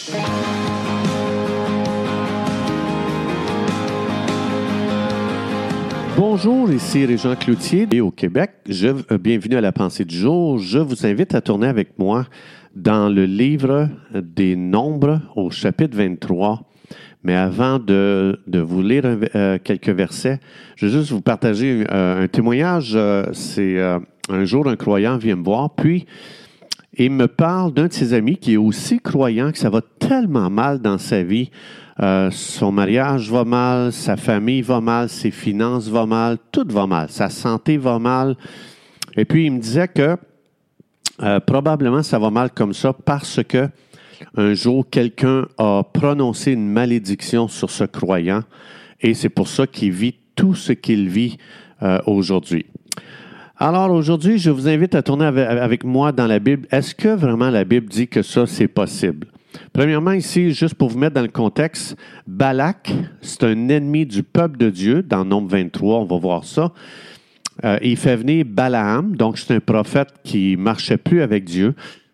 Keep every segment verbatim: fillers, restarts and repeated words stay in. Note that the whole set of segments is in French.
Bonjour, ici Régent Cloutier et au Québec. Je, euh, bienvenue à la pensée du jour. Je vous invite à tourner avec moi dans le livre des Nombres au chapitre vingt-trois. Mais avant de, de vous lire un, euh, quelques versets, je veux juste vous partager euh, un témoignage. Euh, c'est euh, un jour, un croyant vient me voir, puis il me parle d'un de ses amis qui est aussi croyant, que ça va tellement mal dans sa vie. Euh, son mariage va mal, sa famille va mal, ses finances vont mal, tout va mal, sa santé va mal. Et puis, il me disait que euh, probablement ça va mal comme ça parce que un jour, quelqu'un a prononcé une malédiction sur ce croyant et c'est pour ça qu'il vit tout ce qu'il vit euh, aujourd'hui. Alors aujourd'hui, je vous invite à tourner avec, avec moi dans la Bible. Est-ce que vraiment la Bible dit que ça, c'est possible? Premièrement, ici, juste pour vous mettre dans le contexte, Balak, c'est un ennemi du peuple de Dieu. Dans Nombre vingt-trois, on va voir ça. Euh, il fait venir Balaam, donc c'est un prophète qui ne marchait plus avec Dieu.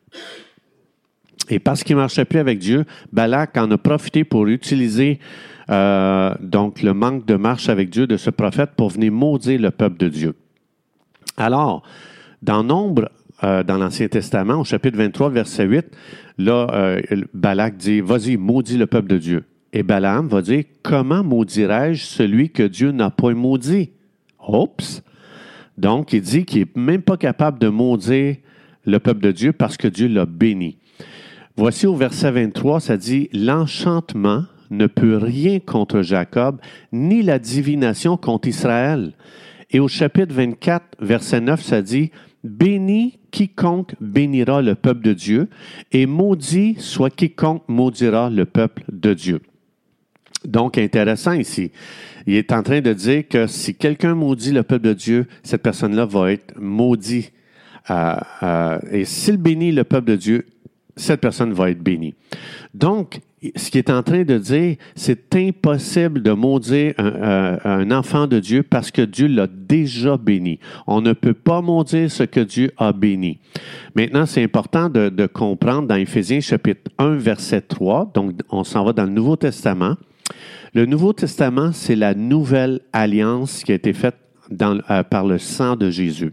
Et parce qu'il ne marchait plus avec Dieu, Balak en a profité pour utiliser euh, donc le manque de marche avec Dieu de ce prophète pour venir maudire le peuple de Dieu. Alors, dans Nombre, euh, dans l'Ancien Testament, au chapitre vingt-trois, verset huit, là, euh, Balak dit, « Vas-y, maudis le peuple de Dieu. » Et Balaam va dire, « Comment maudirais-je celui que Dieu n'a pas maudit? » Oups! Donc, il dit qu'il n'est même pas capable de maudire le peuple de Dieu parce que Dieu l'a béni. Voici au verset vingt-trois, ça dit, « L'enchantement ne peut rien contre Jacob, ni la divination contre Israël. » Et au chapitre vingt-quatre, verset neuf, ça dit, « Béni quiconque bénira le peuple de Dieu, et maudit soit quiconque maudira le peuple de Dieu. » Donc, intéressant ici. Il est en train de dire que si quelqu'un maudit le peuple de Dieu, cette personne-là va être maudite. Euh, euh, et s'il bénit le peuple de Dieu, cette personne va être bénie. Donc, ce qu'il est en train de dire, c'est impossible de maudire un, un, un enfant de Dieu parce que Dieu l'a déjà béni. On ne peut pas maudire ce que Dieu a béni. Maintenant, c'est important de, de comprendre dans Éphésiens chapitre un, verset trois, donc on s'en va dans le Nouveau Testament. Le Nouveau Testament, c'est la nouvelle alliance qui a été faite dans, euh, par le sang de Jésus.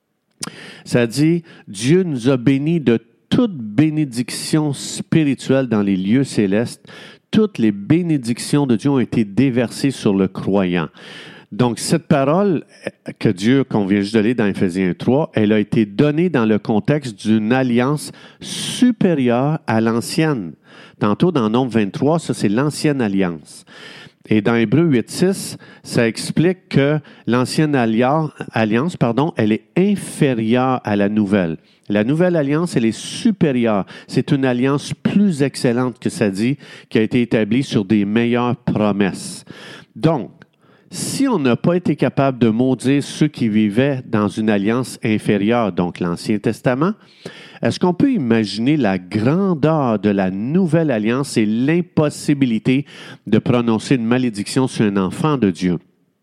Ça dit, Dieu nous a bénis de toute bénédiction spirituelle dans les lieux célestes, toutes les bénédictions de Dieu ont été déversées sur le croyant. Donc, cette parole que Dieu, qu'on vient juste de lire dans Éphésiens trois, elle a été donnée dans le contexte d'une alliance supérieure à l'ancienne. Tantôt, dans Nombre vingt-trois, ça, c'est l'ancienne alliance. Et dans Hébreux huit six, ça explique que l'ancienne alliance, alliance, pardon, elle est inférieure à la nouvelle. La nouvelle alliance, elle est supérieure. C'est une alliance plus excellente que ça dit, qui a été établie sur des meilleures promesses. Donc, si on n'a pas été capable de maudire ceux qui vivaient dans une alliance inférieure, donc l'Ancien Testament, est-ce qu'on peut imaginer la grandeur de la nouvelle alliance et l'impossibilité de prononcer une malédiction sur un enfant de Dieu?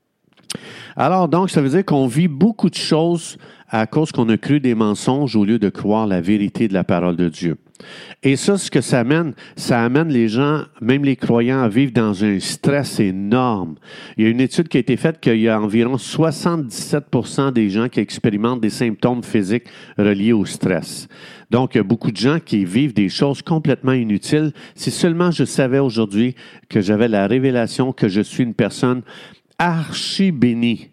Alors donc, ça veut dire qu'on vit beaucoup de choses à cause qu'on a cru des mensonges au lieu de croire la vérité de la parole de Dieu. Et ça, ce que ça amène, ça amène les gens, même les croyants, à vivre dans un stress énorme. Il y a une étude qui a été faite qu'il y a environ soixante-dix-sept pour cent des gens qui expérimentent des symptômes physiques reliés au stress. Donc, il y a beaucoup de gens qui vivent des choses complètement inutiles. Si seulement je savais aujourd'hui que j'avais la révélation que je suis une personne archi bénie,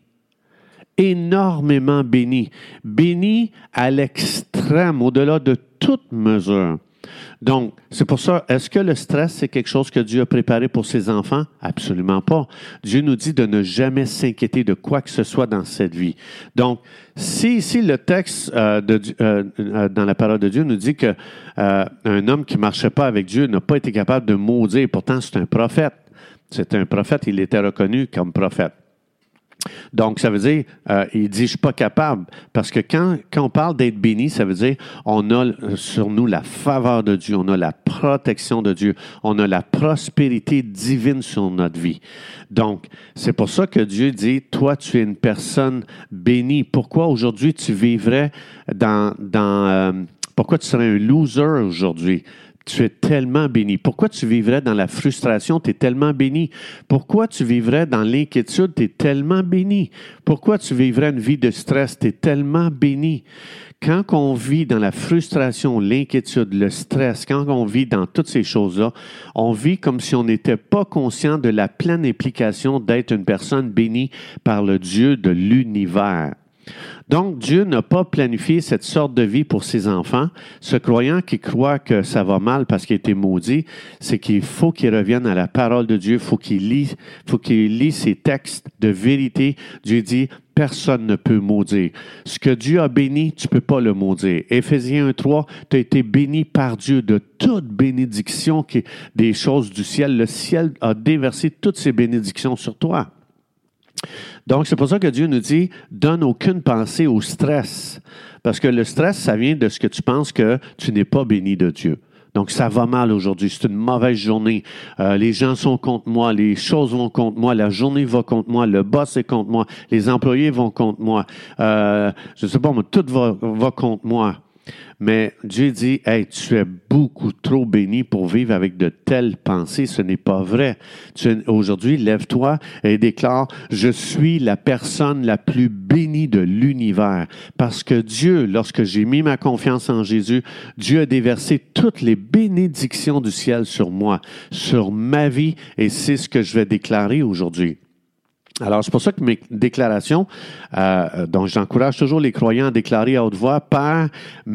énormément béni, béni à l'extrême, au-delà de toute mesure. Donc, c'est pour ça, est-ce que le stress, c'est quelque chose que Dieu a préparé pour ses enfants? Absolument pas. Dieu nous dit de ne jamais s'inquiéter de quoi que ce soit dans cette vie. Donc, si ici le texte euh, de, euh, euh, dans la parole de Dieu nous dit que euh, un homme qui ne marchait pas avec Dieu n'a pas été capable de maudire, pourtant c'est un prophète. C'est un prophète, il était reconnu comme prophète. Donc, ça veut dire, euh, il dit, je suis pas capable. Parce que quand, quand on parle d'être béni, ça veut dire, on a sur nous la faveur de Dieu, on a la protection de Dieu, on a la prospérité divine sur notre vie. Donc, c'est pour ça que Dieu dit, toi, tu es une personne bénie. Pourquoi aujourd'hui tu vivrais dans, dans, euh, pourquoi tu serais un loser aujourd'hui? Tu es tellement béni. Pourquoi tu vivrais dans la frustration? Tu es tellement béni. Pourquoi tu vivrais dans l'inquiétude? Tu es tellement béni. Pourquoi tu vivrais une vie de stress? Tu es tellement béni. Quand on vit dans la frustration, l'inquiétude, le stress, quand on vit dans toutes ces choses-là, on vit comme si on n'était pas conscient de la pleine implication d'être une personne bénie par le Dieu de l'univers. Donc, Dieu n'a pas planifié cette sorte de vie pour ses enfants. Ce croyant qui croit que ça va mal parce qu'il a été maudit, c'est qu'il faut qu'il revienne à la parole de Dieu, il faut qu'il lit, faut qu'il lit ses textes de vérité. Dieu dit, personne ne peut maudire. Ce que Dieu a béni, tu ne peux pas le maudire. Éphésiens un trois, tu as été béni par Dieu de toute bénédiction qui est des choses du ciel. Le ciel a déversé toutes ces bénédictions sur toi. Donc, c'est pour ça que Dieu nous dit, donne aucune pensée au stress. Parce que le stress, ça vient de ce que tu penses que tu n'es pas béni de Dieu. Donc, ça va mal aujourd'hui. C'est une mauvaise journée. Euh, les gens sont contre moi. Les choses vont contre moi. La journée va contre moi. Le boss est contre moi. Les employés vont contre moi. Euh, je ne sais pas, mais tout va, va contre moi. Mais Dieu dit, « Hey, tu es beaucoup trop béni pour vivre avec de telles pensées. Ce n'est pas vrai. Tu es, aujourd'hui, lève-toi et déclare, « Je suis la personne la plus bénie de l'univers. » Parce que Dieu, lorsque j'ai mis ma confiance en Jésus, Dieu a déversé toutes les bénédictions du ciel sur moi, sur ma vie, et c'est ce que je vais déclarer aujourd'hui. Alors, c'est pour ça que mes déclarations, euh, donc j'encourage toujours les croyants à déclarer à haute voix, « Père,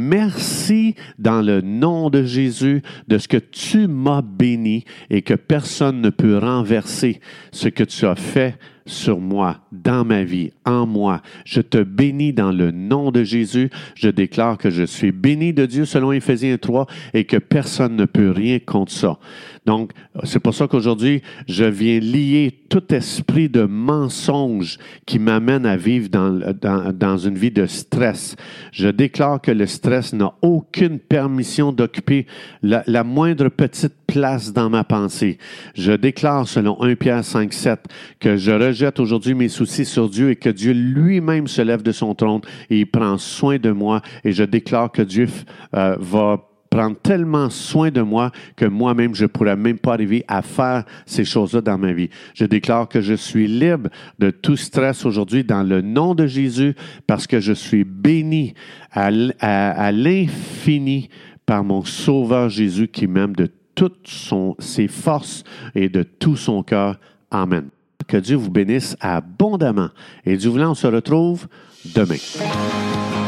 merci dans le nom de Jésus de ce que tu m'as béni et que personne ne peut renverser ce que tu as fait sur moi, dans ma vie, en moi. Je te bénis dans le nom de Jésus. Je déclare que je suis béni de Dieu selon Éphésiens trois et que personne ne peut rien contre ça. » Donc, c'est pour ça qu'aujourd'hui, je viens lier tout esprit de mensonge qui m'amène à vivre dans, dans, dans une vie de stress. Je déclare que le stress n'a aucune permission d'occuper la, la moindre petite place dans ma pensée. Je déclare, selon premier Pierre cinq sept, que je rejette aujourd'hui mes soucis sur Dieu et que Dieu lui-même se lève de son trône et il prend soin de moi. Et je déclare que Dieu euh, va prendre tellement soin de moi que moi-même, je ne pourrais même pas arriver à faire ces choses-là dans ma vie. Je déclare que je suis libre de tout stress aujourd'hui dans le nom de Jésus parce que je suis béni à, à, à l'infini par mon Sauveur Jésus qui m'aime de toutes son, ses forces et de tout son cœur. Amen. Que Dieu vous bénisse abondamment. Et du voulant, on se retrouve demain.